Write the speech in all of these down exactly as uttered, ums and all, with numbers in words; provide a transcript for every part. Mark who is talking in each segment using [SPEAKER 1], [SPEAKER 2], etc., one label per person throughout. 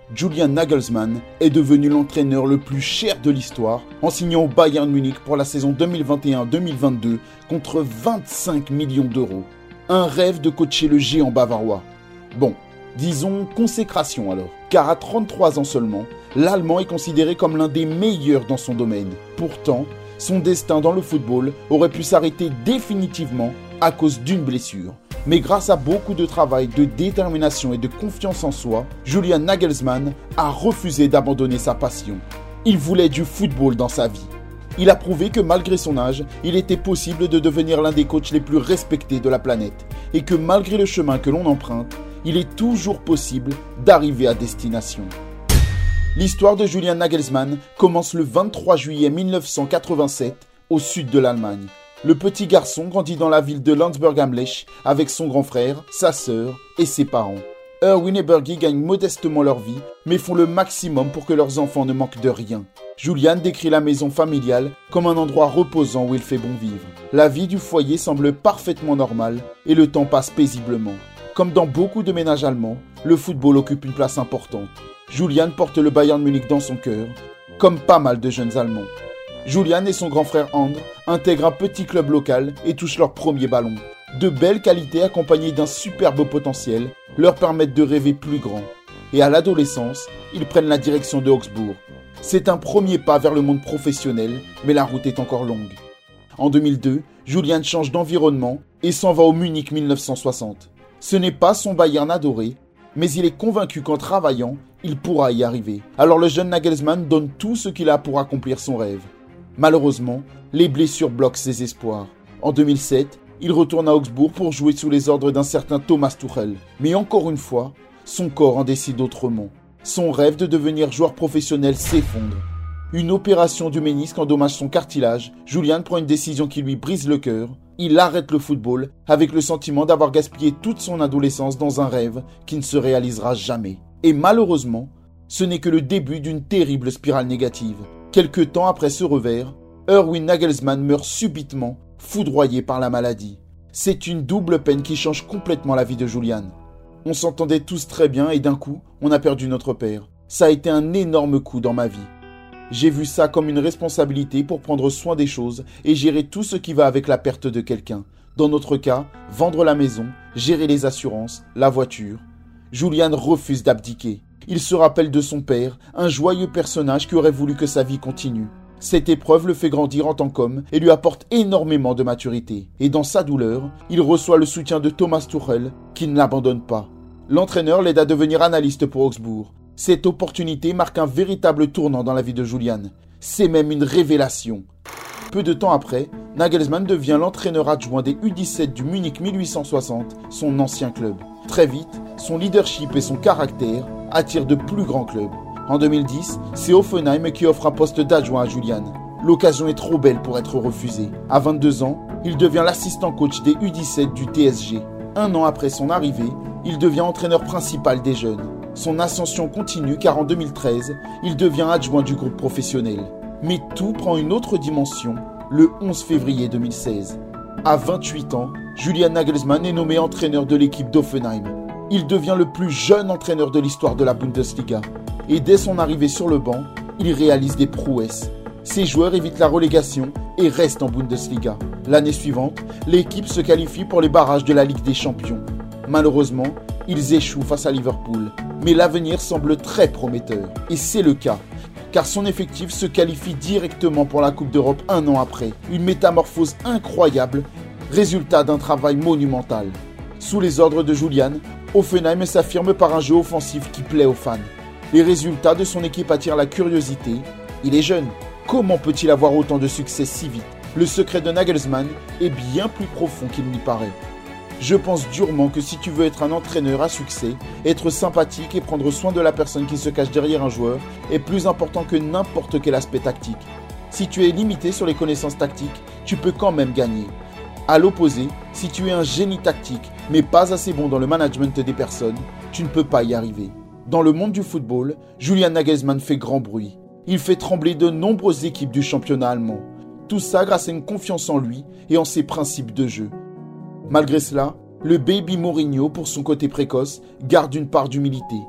[SPEAKER 1] Julian Nagelsmann est devenu l'entraîneur le plus cher de l'histoire en signant au Bayern Munich pour la saison deux mille vingt et un deux mille vingt-deux contre vingt-cinq millions d'euros. Un rêve de coacher le géant bavarois. Bon, disons consécration alors, car à trente-trois ans seulement, l'Allemand est considéré comme l'un des meilleurs dans son domaine. Pourtant, son destin dans le football aurait pu s'arrêter définitivement à cause d'une blessure. Mais grâce à beaucoup de travail, de détermination et de confiance en soi, Julian Nagelsmann a refusé d'abandonner sa passion. Il voulait du football dans sa vie. Il a prouvé que malgré son âge, il était possible de devenir l'un des coachs les plus respectés de la planète et que malgré le chemin que l'on emprunte, il est toujours possible d'arriver à destination. L'histoire de Julian Nagelsmann commence le vingt-trois juillet mille neuf cent quatre-vingt-sept au sud de l'Allemagne. Le petit garçon grandit dans la ville de Landsberg am Lech avec son grand frère, sa sœur et ses parents. Erwin et Bergie gagnent modestement leur vie, mais font le maximum pour que leurs enfants ne manquent de rien. Julian décrit la maison familiale comme un endroit reposant où il fait bon vivre. La vie du foyer semble parfaitement normale et le temps passe paisiblement. Comme dans beaucoup de ménages allemands, le football occupe une place importante. Julian porte le Bayern Munich dans son cœur, comme pas mal de jeunes Allemands. Julian et son grand frère Andr intègrent un petit club local et touchent leur premier ballon. De belles qualités accompagnées d'un superbe potentiel leur permettent de rêver plus grand. Et à l'adolescence, ils prennent la direction de Augsbourg. C'est un premier pas vers le monde professionnel, mais la route est encore longue. En deux mille deux, Julian change d'environnement et s'en va au Munich mille neuf cent soixante. Ce n'est pas son Bayern adoré, mais il est convaincu qu'en travaillant, il pourra y arriver. Alors le jeune Nagelsmann donne tout ce qu'il a pour accomplir son rêve. Malheureusement, les blessures bloquent ses espoirs. En deux mille sept, il retourne à Augsbourg pour jouer sous les ordres d'un certain Thomas Tuchel. Mais encore une fois, son corps en décide autrement. Son rêve de devenir joueur professionnel s'effondre. Une opération du ménisque endommage son cartilage. Julian prend une décision qui lui brise le cœur. Il arrête le football avec le sentiment d'avoir gaspillé toute son adolescence dans un rêve qui ne se réalisera jamais. Et malheureusement, ce n'est que le début d'une terrible spirale négative. Quelque temps après ce revers, Erwin Nagelsmann meurt subitement, foudroyé par la maladie. C'est une double peine qui change complètement la vie de Julian. On s'entendait tous très bien et d'un coup, on a perdu notre père. Ça a été un énorme coup dans ma vie. J'ai vu ça comme une responsabilité pour prendre soin des choses et gérer tout ce qui va avec la perte de quelqu'un. Dans notre cas, vendre la maison, gérer les assurances, la voiture. Julian refuse d'abdiquer. Il se rappelle de son père, un joyeux personnage qui aurait voulu que sa vie continue. Cette épreuve le fait grandir en tant qu'homme et lui apporte énormément de maturité. Et dans sa douleur, il reçoit le soutien de Thomas Tuchel, qui ne l'abandonne pas. L'entraîneur l'aide à devenir analyste pour Augsbourg. Cette opportunité marque un véritable tournant dans la vie de Julian. C'est même une révélation. Peu de temps après, Nagelsmann devient l'entraîneur adjoint des U dix-sept du Munich mille huit cent soixante, son ancien club. Très vite, son leadership et son caractère attirent de plus grands clubs. En deux mille dix, c'est Hoffenheim qui offre un poste d'adjoint à Julian. L'occasion est trop belle pour être refusée. À vingt-deux ans, il devient l'assistant coach des U dix-sept du T S G. Un an après son arrivée, il devient entraîneur principal des jeunes. Son ascension continue car en deux mille treize, il devient adjoint du groupe professionnel. Mais tout prend une autre dimension le onze février deux mille seize. À vingt-huit ans, Julian Nagelsmann est nommé entraîneur de l'équipe d'Hoffenheim. Il devient le plus jeune entraîneur de l'histoire de la Bundesliga. Et dès son arrivée sur le banc, il réalise des prouesses. Ses joueurs évitent la relégation et restent en Bundesliga. L'année suivante, l'équipe se qualifie pour les barrages de la Ligue des Champions. Malheureusement, ils échouent face à Liverpool. Mais l'avenir semble très prometteur. Et c'est le cas, car son effectif se qualifie directement pour la Coupe d'Europe un an après. Une métamorphose incroyable, résultat d'un travail monumental. Sous les ordres de Julian, Hoffenheim s'affirme par un jeu offensif qui plaît aux fans. Les résultats de son équipe attirent la curiosité. Il est jeune. Comment peut-il avoir autant de succès si vite? Le secret de Nagelsmann est bien plus profond qu'il n'y paraît. Je pense durement que si tu veux être un entraîneur à succès, être sympathique et prendre soin de la personne qui se cache derrière un joueur est plus important que n'importe quel aspect tactique. Si tu es limité sur les connaissances tactiques, tu peux quand même gagner. À l'opposé, si tu es un génie tactique, mais pas assez bon dans le management des personnes, tu ne peux pas y arriver. Dans le monde du football, Julian Nagelsmann fait grand bruit. Il fait trembler de nombreuses équipes du championnat allemand. Tout ça grâce à une confiance en lui et en ses principes de jeu. Malgré cela, le baby Mourinho, pour son côté précoce, garde une part d'humilité.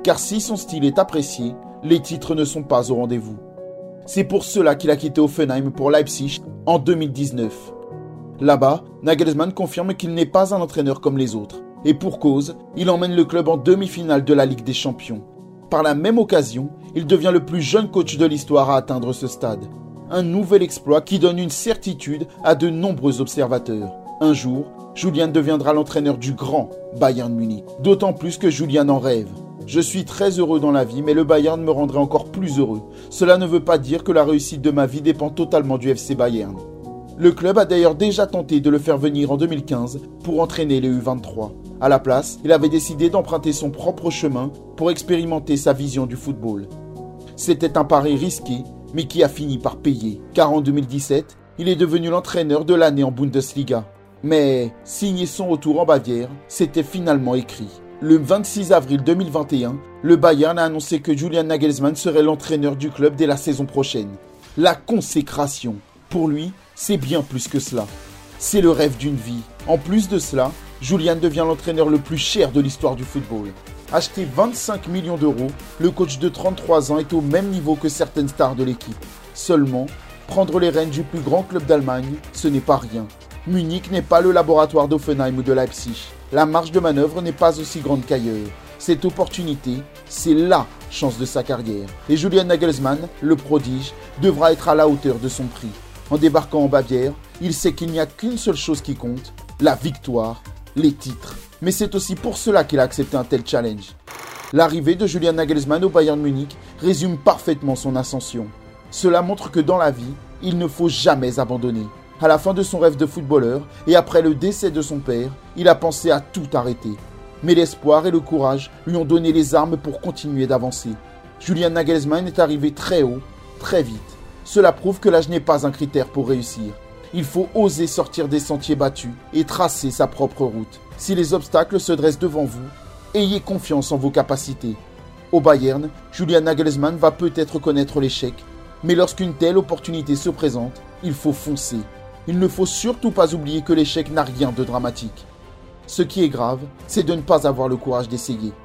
[SPEAKER 1] Car si son style est apprécié, les titres ne sont pas au rendez-vous. C'est pour cela qu'il a quitté Hoffenheim pour Leipzig en deux mille dix-neuf. Là-bas, Nagelsmann confirme qu'il n'est pas un entraîneur comme les autres. Et pour cause, il emmène le club en demi-finale de la Ligue des Champions. Par la même occasion, il devient le plus jeune coach de l'histoire à atteindre ce stade. Un nouvel exploit qui donne une certitude à de nombreux observateurs. Un jour, Julian deviendra l'entraîneur du grand Bayern Munich. D'autant plus que Julian en rêve. Je suis très heureux dans la vie, mais le Bayern me rendrait encore plus heureux. Cela ne veut pas dire que la réussite de ma vie dépend totalement du F C Bayern. Le club a d'ailleurs déjà tenté de le faire venir en deux mille quinze pour entraîner les U vingt-trois. À la place, il avait décidé d'emprunter son propre chemin pour expérimenter sa vision du football. C'était un pari risqué, mais qui a fini par payer, car en deux mille dix-sept, il est devenu l'entraîneur de l'année en Bundesliga. Mais signer son retour en Bavière, c'était finalement écrit. Le vingt-six avril deux mille vingt et un, le Bayern a annoncé que Julian Nagelsmann serait l'entraîneur du club dès la saison prochaine. La consécration. Pour lui, c'est bien plus que cela. C'est le rêve d'une vie. En plus de cela, Julian devient l'entraîneur le plus cher de l'histoire du football. Acheté vingt-cinq millions d'euros, le coach de trente-trois ans est au même niveau que certaines stars de l'équipe. Seulement, prendre les rênes du plus grand club d'Allemagne, ce n'est pas rien. Munich n'est pas le laboratoire d'Offenheim ou de Leipzig. La marge de manœuvre n'est pas aussi grande qu'ailleurs. Cette opportunité, c'est LA chance de sa carrière. Et Julian Nagelsmann, le prodige, devra être à la hauteur de son prix. En débarquant en Bavière, il sait qu'il n'y a qu'une seule chose qui compte, la victoire, les titres. Mais c'est aussi pour cela qu'il a accepté un tel challenge. L'arrivée de Julian Nagelsmann au Bayern Munich résume parfaitement son ascension. Cela montre que dans la vie, il ne faut jamais abandonner. À la fin de son rêve de footballeur et après le décès de son père, il a pensé à tout arrêter. Mais l'espoir et le courage lui ont donné les armes pour continuer d'avancer. Julian Nagelsmann est arrivé très haut, très vite. Cela prouve que l'âge n'est pas un critère pour réussir. Il faut oser sortir des sentiers battus et tracer sa propre route. Si les obstacles se dressent devant vous, ayez confiance en vos capacités. Au Bayern, Julian Nagelsmann va peut-être connaître l'échec, mais lorsqu'une telle opportunité se présente, il faut foncer. Il ne faut surtout pas oublier que l'échec n'a rien de dramatique. Ce qui est grave, c'est de ne pas avoir le courage d'essayer.